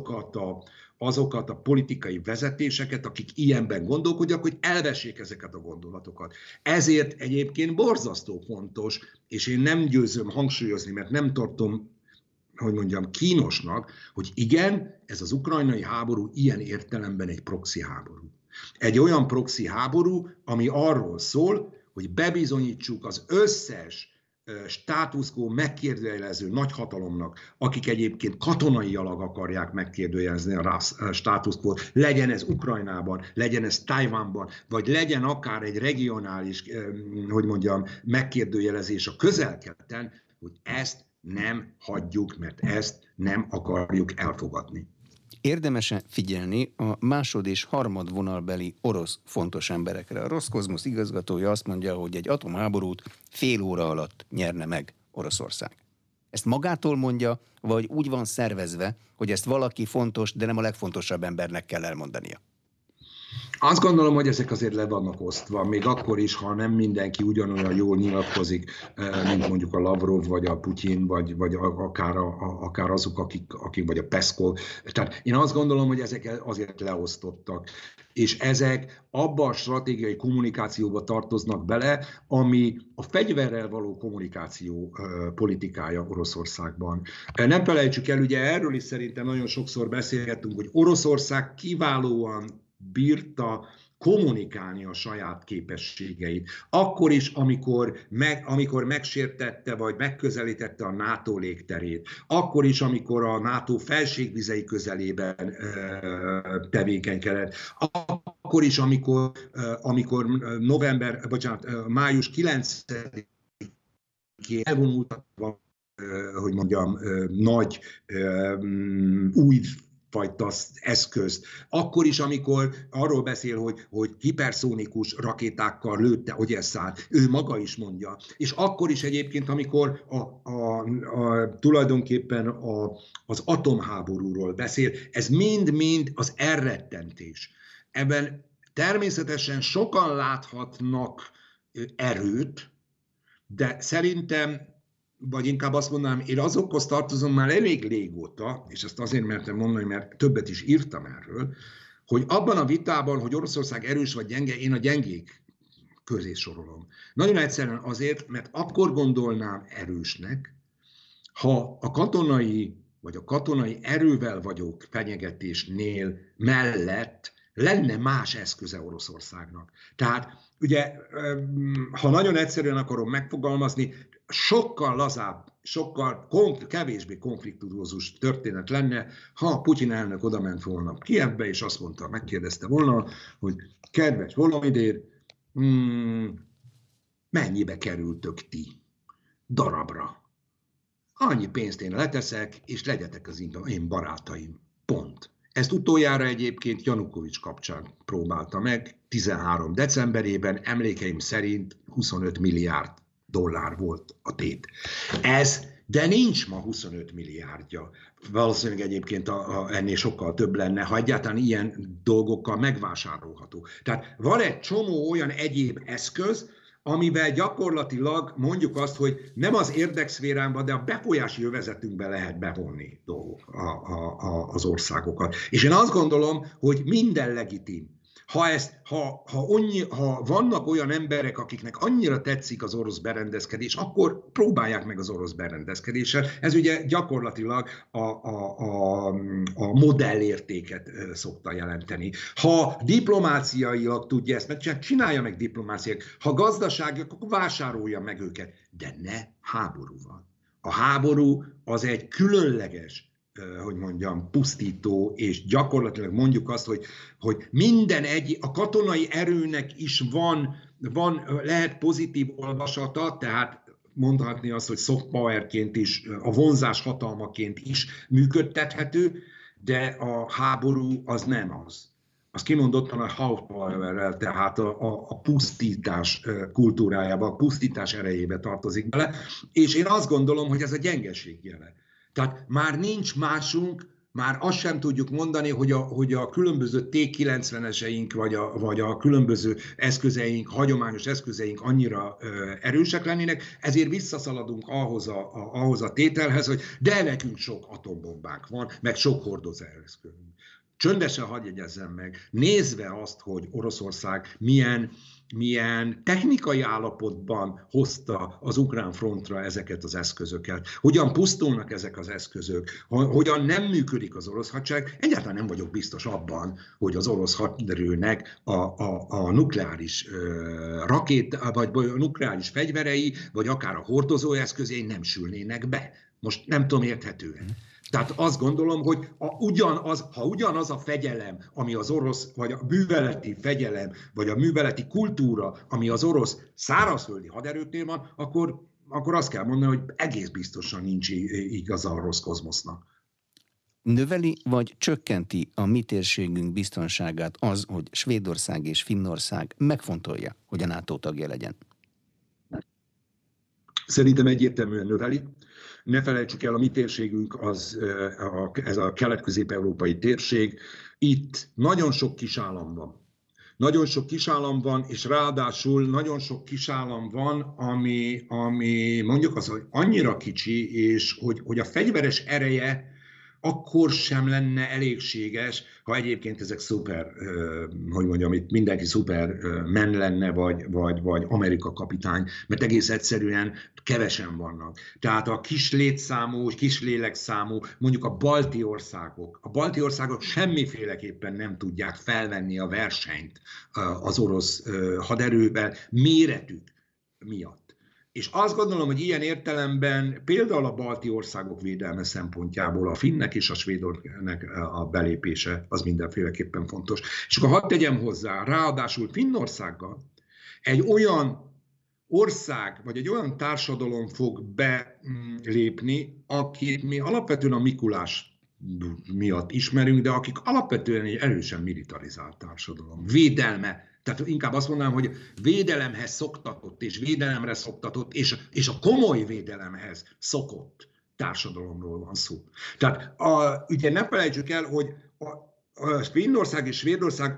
azokat a politikai vezetéseket, akik ilyenben gondolkodják, hogy elvessék ezeket a gondolatokat. Ezért egyébként borzasztó fontos, és én nem győzöm hangsúlyozni, mert nem tartom, hogy mondjam, kínosnak, hogy igen, ez az ukrajnai háború ilyen értelemben egy proxy háború. Egy olyan proxy háború, ami arról szól, hogy bebizonyítsuk az összes status quo megkérdőjelező nagyhatalomnak, akik egyébként katonaialag akarják megkérdőjelezni a status quo-t, legyen ez Ukrajnában, legyen ez Tajvanban, vagy legyen akár egy regionális, hogy mondjam, megkérdőjelezés a Közel-Keleten, hogy ezt nem hagyjuk, mert ezt nem akarjuk elfogadni. Érdemes figyelni a másod- és harmadvonalbeli orosz fontos emberekre. A Roszkozmosz igazgatója azt mondja, hogy egy atomháborút fél óra alatt nyerne meg Oroszország. Ezt magától mondja, vagy úgy van szervezve, hogy ezt valaki fontos, de nem a legfontosabb embernek kell elmondania? Azt gondolom, hogy ezek azért le vannak osztva, még akkor is, ha nem mindenki ugyanolyan jól nyilatkozik, mint mondjuk a Lavrov, vagy a Putyin, vagy akár azok, akik vagy a Peszkov. Tehát én azt gondolom, hogy ezek azért leosztottak. És ezek abba a stratégiai kommunikációba tartoznak bele, ami a fegyverrel való kommunikáció politikája Oroszországban. Nem felejtsük el, ugye erről is szerintem nagyon sokszor beszélgettünk, hogy Oroszország kiválóan bírta kommunikálni a saját képességeit. Akkor is, amikor megsértette vagy megközelítette a NATO légterét. Akkor is, amikor a NATO felségvizei közelében tevékenykedett. Akkor is, amikor május 9-én elvonultak, hogy mondjam, nagy új fajta eszközt. Akkor is, amikor arról beszél, hogy hiperszónikus rakétákkal lőtte Ogyesszát, ő maga is mondja. És akkor is egyébként, amikor tulajdonképpen az atomháborúról beszél, ez mind-mind az elrettentés. Ebben természetesen sokan láthatnak erőt, de szerintem, vagy inkább azt mondanám, én azokhoz tartozom már elég régóta, és ezt azért mertem mondani, mert többet is írtam erről, hogy abban a vitában, hogy Oroszország erős vagy gyenge, én a gyengék közé sorolom. Nagyon egyszerűen azért, mert akkor gondolnám erősnek, ha a katonai erővel vagyó fenyegetésnél mellett lenne más eszköze Oroszországnak. Tehát ugye, ha nagyon egyszerűen akarom megfogalmazni, sokkal lazább, sokkal kevésbé konfliktuózus történet lenne, ha Putyin elnök odament volna Kijevbe, és azt mondta, megkérdezte volna, hogy kedves Volodymyr, mennyibe kerültök ti darabra? Annyi pénzt én leteszek, és legyetek az én barátaim. Pont. Ezt utoljára egyébként Janukovics kapcsán próbálta meg, 13 decemberében, emlékeim szerint 25 milliárd dollár volt a tét. De nincs ma 25 milliárdja. Valószínűleg egyébként ennél sokkal több lenne, ha egyáltalán ilyen dolgokkal megvásárolható. Tehát van egy csomó olyan egyéb eszköz, amivel gyakorlatilag mondjuk azt, hogy nem az érdekszférámba, de a befolyási övezetünkbe lehet bevonni az országokat. És én azt gondolom, hogy minden legitim. Ha vannak olyan emberek, akiknek annyira tetszik az orosz berendezkedés, akkor próbálják meg az orosz berendezkedéssel. Ez ugye gyakorlatilag a modellértéket szokta jelenteni. Ha diplomáciailag tudja ezt, mert csinálja meg diplomáciák, ha gazdaságiak, akkor vásárolja meg őket, de ne háborúval. A háború az egy különleges, hogy mondjam, pusztító, és gyakorlatilag mondjuk azt, hogy minden a katonai erőnek is lehet pozitív olvasata, tehát mondhatni azt, hogy soft powerként is, a vonzás hatalmaként is működtethető, de a háború az nem az. Az kimondottan a hard power-rel, tehát a pusztítás kultúrájába, a pusztítás erejébe tartozik bele, és én azt gondolom, hogy ez a gyengeség jele. Tehát már nincs másunk, már azt sem tudjuk mondani, hogy a különböző T-90-eseink, vagy a különböző eszközeink, hagyományos eszközeink annyira erősek lennének, ezért visszaszaladunk ahhoz a tételhez, hogy de nekünk sok atombombánk van, meg sok hordozóeszközünk. Csöndesen hadd jegyezzem meg, nézve azt, hogy Oroszország milyen technikai állapotban hozta az ukrán frontra ezeket az eszközöket, hogyan pusztulnak ezek az eszközök, hogyan nem működik az orosz hadsereg, egyáltalán nem vagyok biztos abban, hogy az orosz haderőnek a nukleáris vagy a nukleáris fegyverei, vagy akár a hordozó eszközei nem sülnének be. Most nem tudom érthetően. Tehát azt gondolom, hogy ha ugyanaz a fegyelem, ami az orosz, vagy a műveleti fegyelem, vagy a műveleti kultúra, ami az orosz szárazföldi haderőknél van, akkor azt kell mondani, hogy egész biztosan nincs igaza a rossz kozmosznak. Növeli vagy csökkenti a mi térségünk biztonságát az, hogy Svédország és Finnország megfontolja, hogy a NATO tagja legyen? Szerintem egyértelműen növeli. Ne felejtsük el, a mi térségünk ez a kelet-közép-európai térség. Itt nagyon sok kisállam van. Nagyon sok kisállam van, és ráadásul nagyon sok kisállam van, ami mondjuk az, hogy annyira kicsi, és hogy a fegyveres ereje akkor sem lenne elégséges, ha egyébként ezek szuper, hogy mondjam, itt mindenki szuper men lenne, vagy Amerika kapitány, mert egész egyszerűen kevesen vannak. Tehát a kis létszámú, kis lélekszámú, mondjuk a balti országok semmiféleképpen nem tudják felvenni a versenyt az orosz haderővel méretük miatt. És azt gondolom, hogy ilyen értelemben például a balti országok védelme szempontjából a finnek és a svédoknak a belépése az mindenféleképpen fontos. És akkor hadd tegyem hozzá, ráadásul Finnországgal egy olyan ország, vagy egy olyan társadalom fog belépni, akit mi alapvetően a Mikulás miatt ismerünk, de akik alapvetően egy erősen militarizált társadalom. Védelme. Tehát inkább azt mondanám, hogy védelemhez szoktatott, és védelemre szoktatott, és a komoly védelemhez szokott társadalomról van szó. Tehát ugye ne felejtsük el, hogy a Finnország és Svédország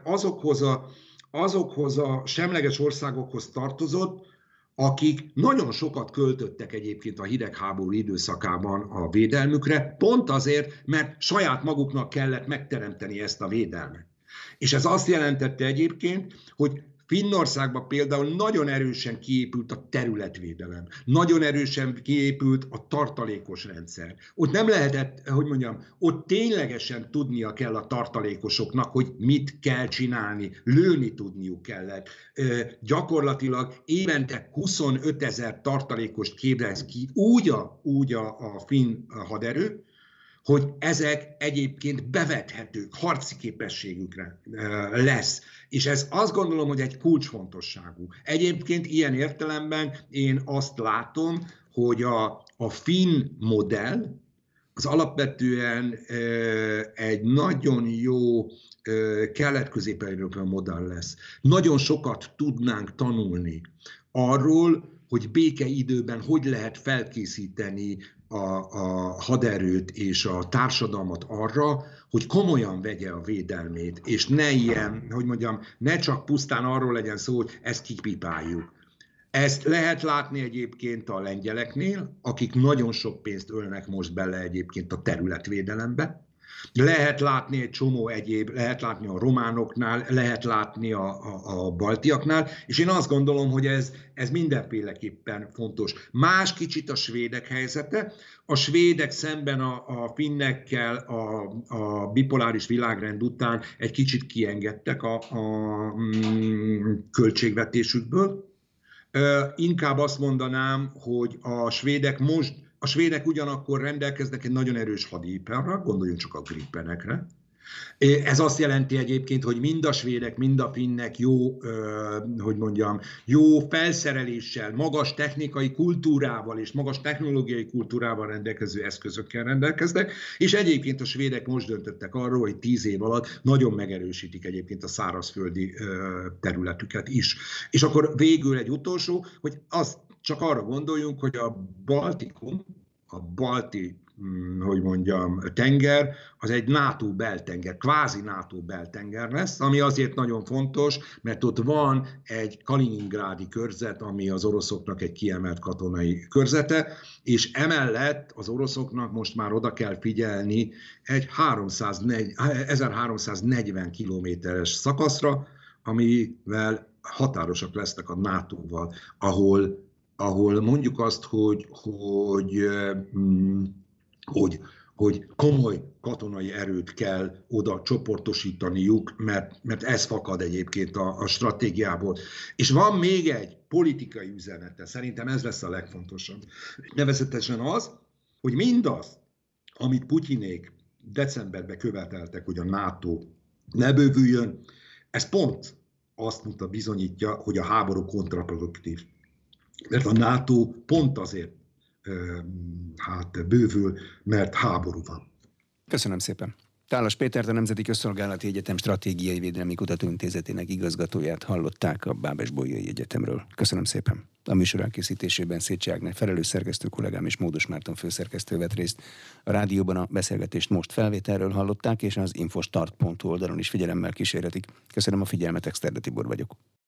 azokhoz a semleges országokhoz tartozott, akik nagyon sokat költöttek egyébként a hidegháború időszakában a védelmükre, pont azért, mert saját maguknak kellett megteremteni ezt a védelmet. És ez azt jelentette egyébként, hogy Finnországban például nagyon erősen kiépült a területvédelem, nagyon erősen kiépült a tartalékos rendszer. Ott nem lehetett, ott ténylegesen tudnia kell a tartalékosoknak, hogy mit kell csinálni, lőni tudniuk kellett. Gyakorlatilag évente 25 000 tartalékost képez ki úgy a finn haderő, hogy ezek egyébként bevethetők, harci képességükre lesz. És ez azt gondolom, hogy egy kulcsfontosságú. Egyébként ilyen értelemben én azt látom, hogy a finn modell az alapvetően egy nagyon jó kelet-közép-európai modell lesz. Nagyon sokat tudnánk tanulni arról, hogy békeidőben hogy lehet felkészíteni a haderőt és a társadalmat arra, hogy komolyan vegye a védelmét, és ne ne csak pusztán arról legyen szó, hogy ezt kipipáljuk. Ezt lehet látni egyébként a lengyeleknél, akik nagyon sok pénzt ölnek most bele egyébként a területvédelembe. Lehet látni egy csomó egyéb, lehet látni a románoknál, lehet látni a baltiaknál, és én azt gondolom, hogy ez mindenféleképpen fontos. Más kicsit a svédek helyzete. A svédek szemben a finnekkel a bipoláris világrend után egy kicsit kiengedtek a költségvetésükből. Inkább azt mondanám, hogy a svédek ugyanakkor rendelkeznek egy nagyon erős hadiiparral, gondoljunk csak a Gripenekre. Ez azt jelenti egyébként, hogy mind a svédek, mind a finnek jó felszereléssel, magas technikai kultúrával és magas technológiai kultúrával rendelkező eszközökkel rendelkeznek, és egyébként a svédek most döntöttek arról, hogy 10 év alatt nagyon megerősítik egyébként a szárazföldi területüket is. És akkor végül egy utolsó, hogy azt csak arra gondoljunk, hogy a Baltikum, a balti tenger, az egy NATO beltenger, kvázi NATO beltenger lesz, ami azért nagyon fontos, mert ott van egy kaliningrádi körzet, ami az oroszoknak egy kiemelt katonai körzete, és emellett az oroszoknak most már oda kell figyelni egy 1340 kilométeres szakaszra, amivel határosak lesznek a NATO-val, ahol mondjuk azt, hogy komoly katonai erőt kell oda csoportosítaniuk, mert ez fakad egyébként a stratégiából. És van még egy politikai üzenete, szerintem ez lesz a legfontosabb. Nevezetesen az, hogy mindaz, amit Putyinék decemberben követeltek, hogy a NATO ne bővüljön, ez pont azt bizonyítja, hogy a háború kontraproduktív. Mert a NATO pont azért bővül, mert háború van. Köszönöm szépen. Tálas Pétert, a Nemzeti Közszolgálati Egyetem Stratégiai Védelmi Kutatóintézetének igazgatóját hallották a Bábes-Bolyai Egyetemről. Köszönöm szépen. A műsor elkészítésében Szécsi Ágnes felelős szerkesztő kollégám és Módos Márton főszerkesztő vett részt. A rádióban a beszélgetést most felvételről hallották, és az infostart.hu oldalon is figyelemmel kísérhetik. Köszönöm a figyelmet, Exterde Tibor vagyok.